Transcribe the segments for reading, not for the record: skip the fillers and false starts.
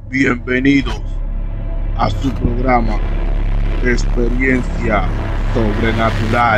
Bienvenidos a su programa Experiencia Sobrenatural.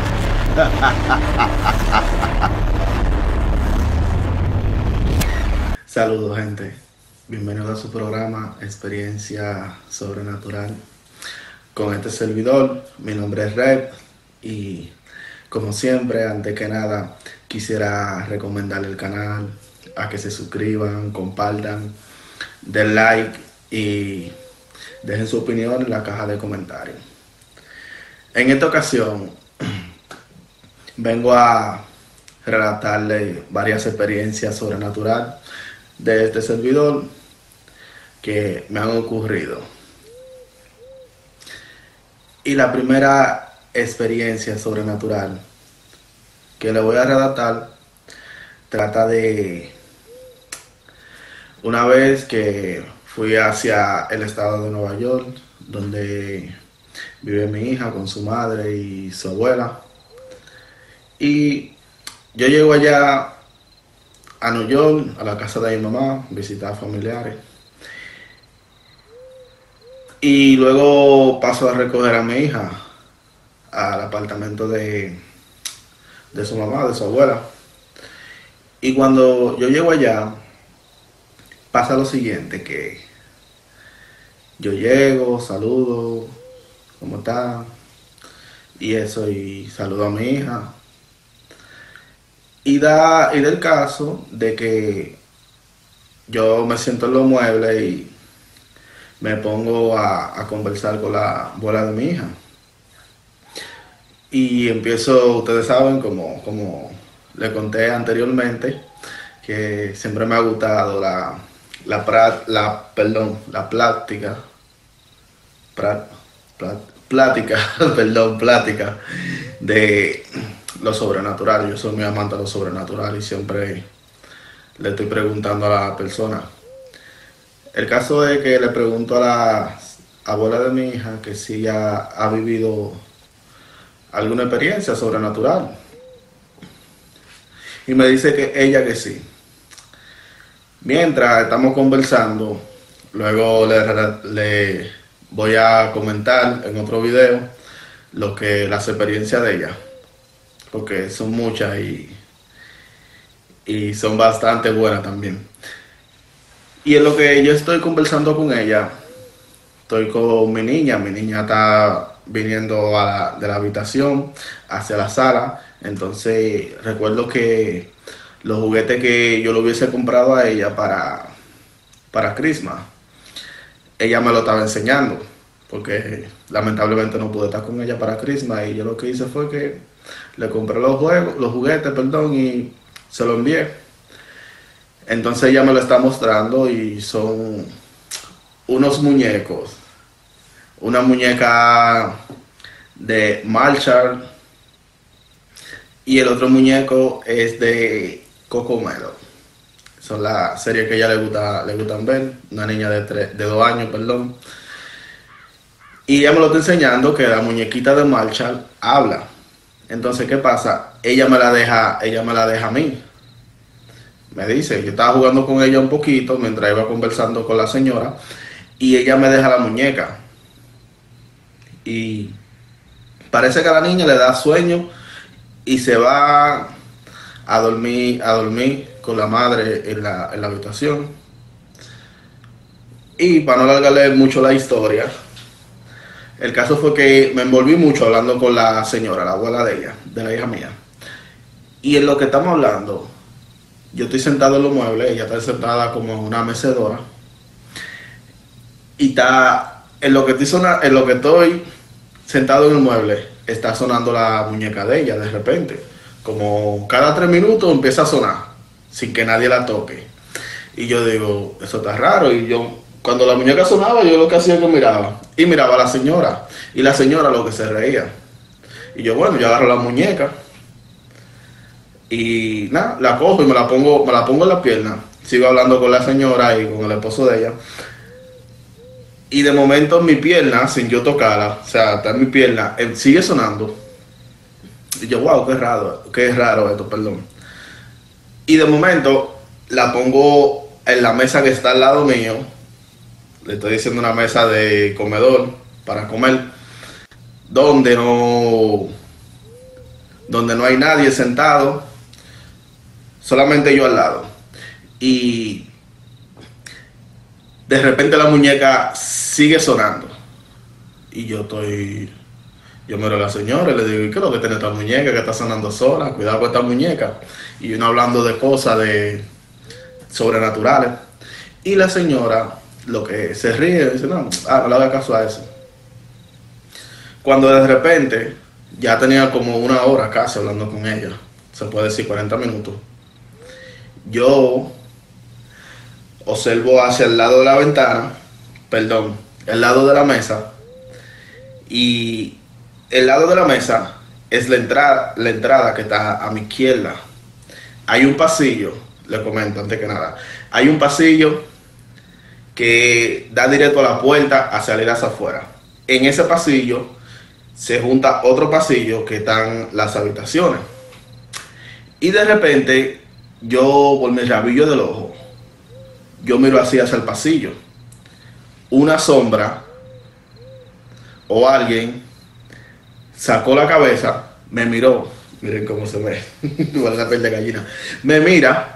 Saludos, gente. Bienvenidos a su programa Experiencia Sobrenatural. Con este servidor, mi nombre es Red y como siempre, antes que nada, quisiera recomendarle el canal, a que se suscriban, compartan, den like y dejen su opinión en la caja de comentarios. En esta ocasión, vengo a relatarle varias experiencias sobrenaturales de este servidor que me han ocurrido. Y la primera experiencia sobrenatural que le voy a relatar trata de una vez que fui hacia el estado de Nueva York, donde vive mi hija con su madre y su abuela. Y yo llego allá a New York, a la casa de mi mamá, visitar familiares. Y luego paso a recoger a mi hija al apartamento de su mamá, de su abuela. Y cuando yo llego allá, pasa lo siguiente, que yo llego, saludo, ¿cómo está? Y eso, y saludo a mi hija. Y del caso de que yo me siento en los muebles y me pongo a conversar con la abuela de mi hija. Y empiezo, ustedes saben, como le conté anteriormente, que siempre me ha gustado la plática, pra- plática, perdón, plática de lo sobrenatural. Yo soy muy amante de lo sobrenatural y siempre le estoy preguntando a la persona. El caso es que le pregunto a la abuela de mi hija que si ella ha vivido alguna experiencia sobrenatural. Y me dice que ella que sí. Mientras estamos conversando, luego le voy a comentar en otro video las experiencias de ella, porque son muchas y son bastante buenas también. Y en lo que yo estoy conversando con ella, estoy con mi niña está viniendo de la habitación hacia la sala. Entonces recuerdo que los juguetes que yo le hubiese comprado a ella para Christmas, ella me lo estaba enseñando, porque lamentablemente no pude estar con ella para Christmas, y yo lo que hice fue que le compré los juguetes, perdón, y se lo envié. Entonces ella me lo está mostrando y son unos muñecos, una muñeca de Marshall y el otro muñeco es de Cocomelo. Son las series que a ella le gustan ver, una niña de 2 años, perdón. Y ella me lo está enseñando que la muñequita de Marshall habla. Entonces, ¿qué pasa? Ella me la deja a mí. Me dice, yo estaba jugando con ella un poquito mientras iba conversando con la señora y ella me deja la muñeca. Y parece que a la niña le da sueño y se va a dormir con la madre en la habitación. Y para no alargarle mucho la historia, el caso fue que me envolví mucho hablando con la señora, la abuela de ella, de la hija mía. Y en lo que estamos hablando, yo estoy sentado en los muebles, ella está sentada como en una mecedora. Y está, en lo que estoy sentado en el mueble, está sonando la muñeca de ella de repente. Como cada 3 minutos empieza a sonar, sin que nadie la toque. Y yo digo, eso está raro. Y yo, cuando la muñeca sonaba, yo lo que hacía es que miraba. Y miraba a la señora. Y la señora lo que se reía. Y yo, bueno, yo agarro la muñeca. Y nada, la cojo y me la pongo en la pierna. Sigo hablando con la señora y con el esposo de ella. Y de momento mi pierna, sin yo tocarla, o sea, está en mi pierna, sigue sonando. Y yo, wow, qué raro esto, perdón. Y de momento la pongo en la mesa que está al lado mío le estoy diciendo una mesa de comedor para comer, donde no, donde no hay nadie sentado, solamente yo al lado. Y de repente la muñeca sigue sonando. Y yo miro a la señora y le digo, ¿qué es lo que tiene esta muñeca que está sonando sola? Cuidado con esta muñeca. Y uno hablando de cosas sobrenaturales. Y la señora lo que se ríe, dice, no le haga caso a eso. Cuando de repente ya tenía como una hora casi hablando con ella, se puede decir 40 minutos, yo observo hacia el lado de la ventana, perdón, el lado de la mesa, y el lado de la mesa es la entrada que está a mi izquierda. Hay un pasillo, le comento antes que nada, hay un pasillo que da directo a la puerta a salir hacia afuera. En ese pasillo se junta otro pasillo que están las habitaciones. Y de repente, yo por mi rabillo del ojo, yo miro así hacia el pasillo. Una sombra o alguien sacó la cabeza, me miró, miren cómo se ve, igual la piel de gallina, me mira.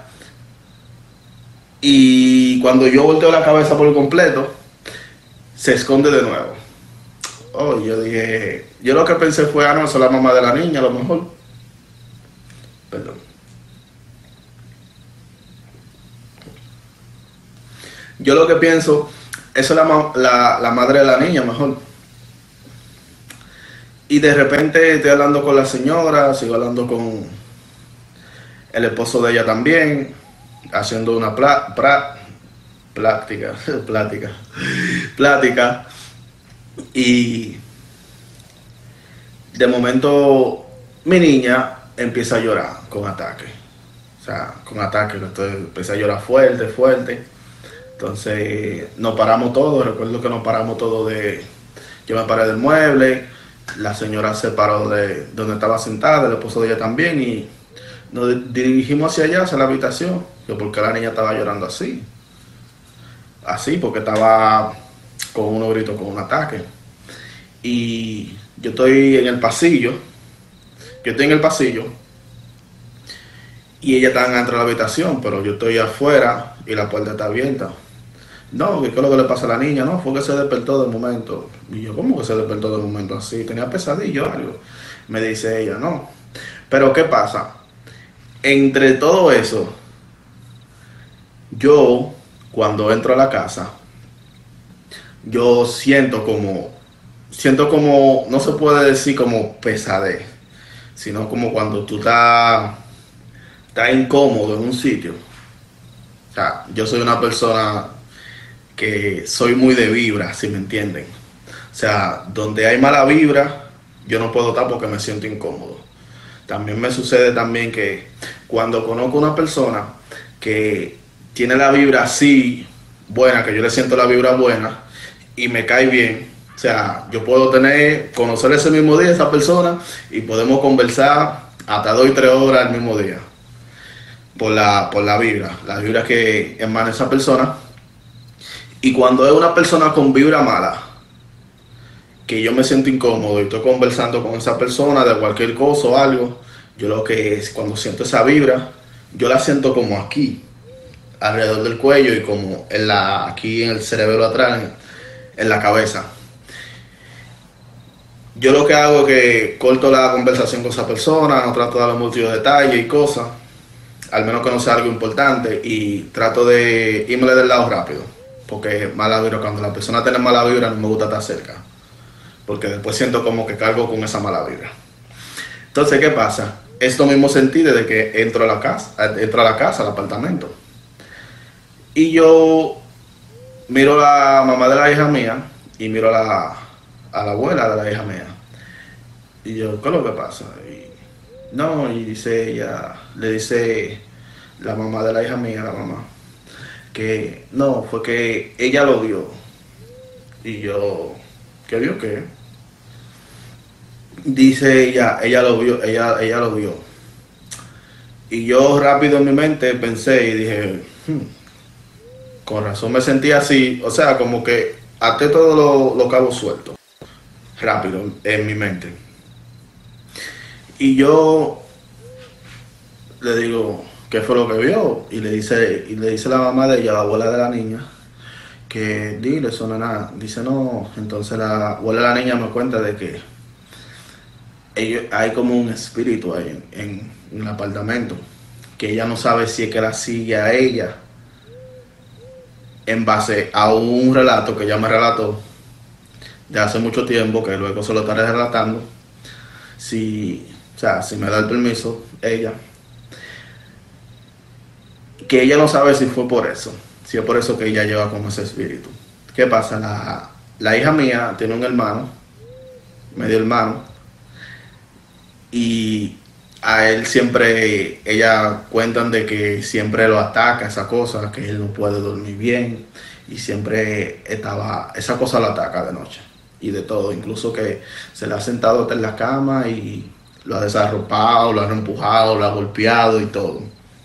Y cuando yo volteo la cabeza por completo, se esconde de nuevo. Oh, yo dije, yo lo que pensé fue, no, esa es la mamá de la niña, a lo mejor. Perdón. Yo lo que pienso, esa es la madre de la niña, mejor. Y de repente estoy hablando con la señora, sigo hablando con el esposo de ella también, haciendo una plática. Y de momento mi niña empieza a llorar con ataque. O sea, con ataque, empecé a llorar fuerte. Entonces nos paramos todos, recuerdo que nos paramos todos yo me paré del mueble, la señora se paró de donde estaba sentada, el esposo de ella también, y nos dirigimos hacia allá, hacia la habitación. Yo, ¿por qué la niña estaba llorando así? Así, porque estaba con unos gritos, con un ataque. Y yo estoy en el pasillo, y ella está dentro de la habitación, pero yo estoy afuera y la puerta está abierta. No, ¿qué es lo que le pasa a la niña? No, fue que se despertó de momento. Y yo, ¿cómo que se despertó de momento así? Tenía pesadillo o algo. Me dice ella, no. Pero ¿qué pasa? Entre todo eso, yo, cuando entro a la casa, yo siento como, no se puede decir como pesadez, sino como cuando tú estás incómodo en un sitio. O sea, yo soy una persona que soy muy de vibra, si me entienden. O sea, donde hay mala vibra, yo no puedo estar porque me siento incómodo. También me sucede también que cuando conozco a una persona que tiene la vibra así buena, que yo le siento la vibra buena y me cae bien, o sea, yo puedo conocer ese mismo día a esa persona y podemos conversar hasta 2 y 3 horas el mismo día por la vibra que emana esa persona. Y cuando es una persona con vibra mala, que yo me siento incómodo y estoy conversando con esa persona de cualquier cosa o algo, yo lo que es, cuando siento esa vibra, yo la siento como aquí, alrededor del cuello y como aquí en el cerebro atrás, en la cabeza. Yo lo que hago es que corto la conversación con esa persona, no trato de darle muchos detalles y cosas, al menos que no sea algo importante, y trato de irme del lado rápido, porque mala vibra, cuando la persona tiene mala vibra no me gusta estar cerca, porque después siento como que cargo con esa mala vibra. Entonces, ¿qué pasa? Esto mismo sentí desde que entro a la casa, al apartamento. Y yo miro a la mamá de la hija mía y miro a la abuela de la hija mía. Y yo, ¿qué es lo que pasa? No, y dice ella, le dice la mamá de la hija mía, la mamá, que no, fue que ella lo vio. Y yo, ¿qué vio qué? Dice ella lo vio. Y yo rápido en mi mente pensé y dije, con razón me sentía así, o sea, como que até todos los cabos sueltos, rápido, en mi mente. Y yo le digo, ¿qué fue lo que vio? Y le dice la mamá de ella, la abuela de la niña, que dile, eso no es nada. Dice, no. Entonces la abuela de la niña me cuenta de que hay como un espíritu ahí en el apartamento, que ella no sabe si es que la sigue a ella, en base a un relato que ella me relató de hace mucho tiempo, que luego se lo estaré relatando, o sea, si me da el permiso, ella, que ella no sabe si fue por eso, si es por eso que ella lleva como ese espíritu. ¿Qué pasa? La hija mía tiene un hermano, medio hermano, y a él siempre, ella cuentan de que siempre lo ataca, esa cosa, que él no puede dormir bien, y siempre esa cosa lo ataca de noche, y de todo, incluso que se le ha sentado hasta en la cama y lo ha desarropado, lo ha empujado, lo ha golpeado y todo.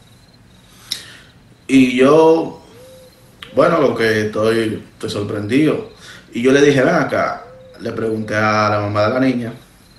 Y yo, bueno, lo que estoy sorprendido. Y yo le dije, ven acá, le pregunté a la mamá de la niña,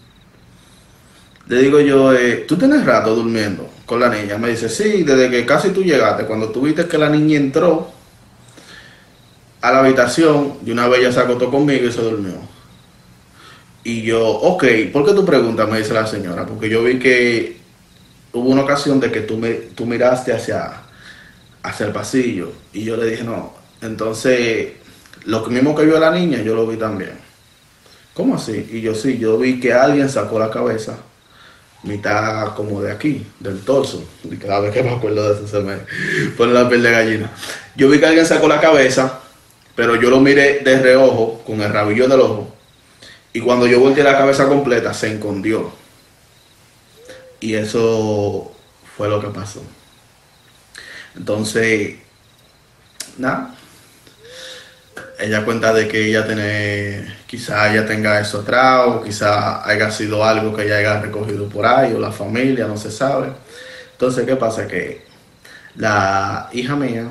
le digo yo, ¿tú tienes rato durmiendo con la niña? Me dice, sí, desde que casi tú llegaste, cuando tú viste que la niña entró a la habitación, de una vez ella se acostó conmigo y se durmió. Y yo, ok, ¿por qué tú preguntas? Me dice la señora, porque yo vi que hubo una ocasión de que tú miraste hacia el pasillo, y yo le dije, no. Entonces, lo mismo que vio la niña, yo lo vi también. ¿Cómo así? Y yo sí, yo vi que alguien sacó la cabeza, mitad como de aquí, del torso, y cada vez que me acuerdo de eso se me pone la piel de gallina. Yo vi que alguien sacó la cabeza, pero yo lo miré de reojo, con el rabillo del ojo, y cuando yo volteé la cabeza completa, se escondió. Y eso fue lo que pasó. Entonces, nada, ella cuenta de que quizá ella tenga eso atrás, o quizá haya sido algo que ella haya recogido por ahí, o la familia, no se sabe. Entonces, ¿qué pasa? Que la hija mía,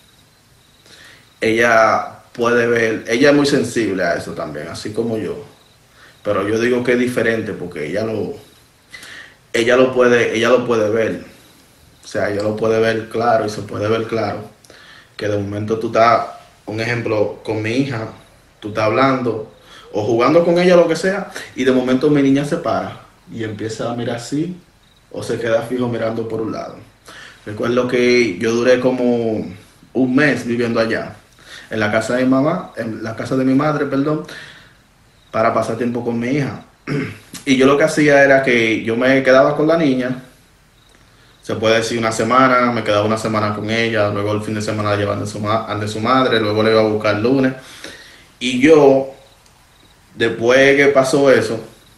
ella puede ver, ella es muy sensible a eso también, así como yo. Pero yo digo que es diferente porque ella lo puede ver. O sea, ella lo puede ver claro, y se puede ver claro que de momento tú estás, un ejemplo, con mi hija, tú estás hablando o jugando con ella, lo que sea, y de momento mi niña se para y empieza a mirar así, o se queda fijo mirando por un lado. Recuerdo que yo duré como un mes viviendo allá, en la casa de mi mamá, en la casa de mi madre, perdón, para pasar tiempo con mi hija. Y yo lo que hacía era que yo me quedaba con la niña, se puede decir una semana, me quedaba una semana con ella, luego el fin de semana la llevaba ante su madre, luego le iba a buscar el lunes. Y yo, después que pasó eso,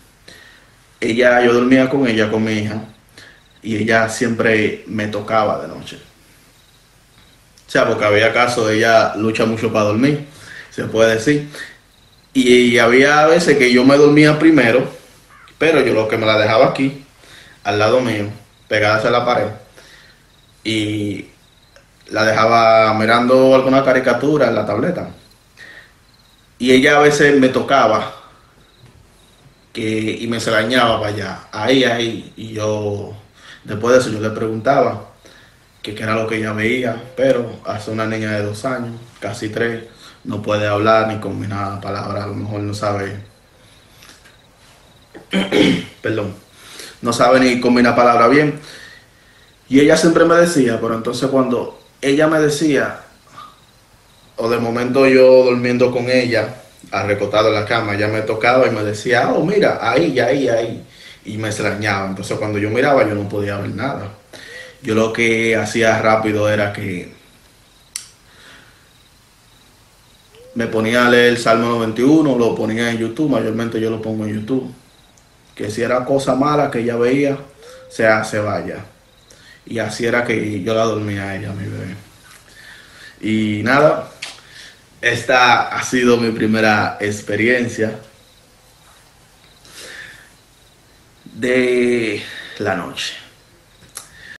yo dormía con ella, con mi hija, y ella siempre me tocaba de noche. O sea, porque había casos, ella lucha mucho para dormir, se puede decir. Y había veces que yo me dormía primero, pero yo lo que me la dejaba aquí, al lado mío, pegada hacia la pared, y la dejaba mirando alguna caricatura en la tableta. Y ella a veces me tocaba y me extrañaba para allá, ahí. Y yo, después de eso, yo le preguntaba qué era lo que ella veía, pero hace una niña de 2 años, casi 3, no puede hablar ni combinar palabras, a lo mejor no sabe, perdón, no sabe ni combinar palabras bien. Y ella siempre me decía, pero entonces cuando ella me decía, o de momento yo durmiendo con ella, recostado en la cama, ella me tocaba y me decía, oh, mira, ahí. Y me extrañaba. Entonces cuando yo miraba, yo no podía ver nada. Yo lo que hacía rápido era que me ponía a leer el Salmo 91, lo ponía en YouTube, mayormente yo lo pongo en YouTube. Que si era cosa mala que ella veía, se vaya. Y así era que yo la dormía a ella, mi bebé. Y nada, esta ha sido mi primera experiencia de la noche.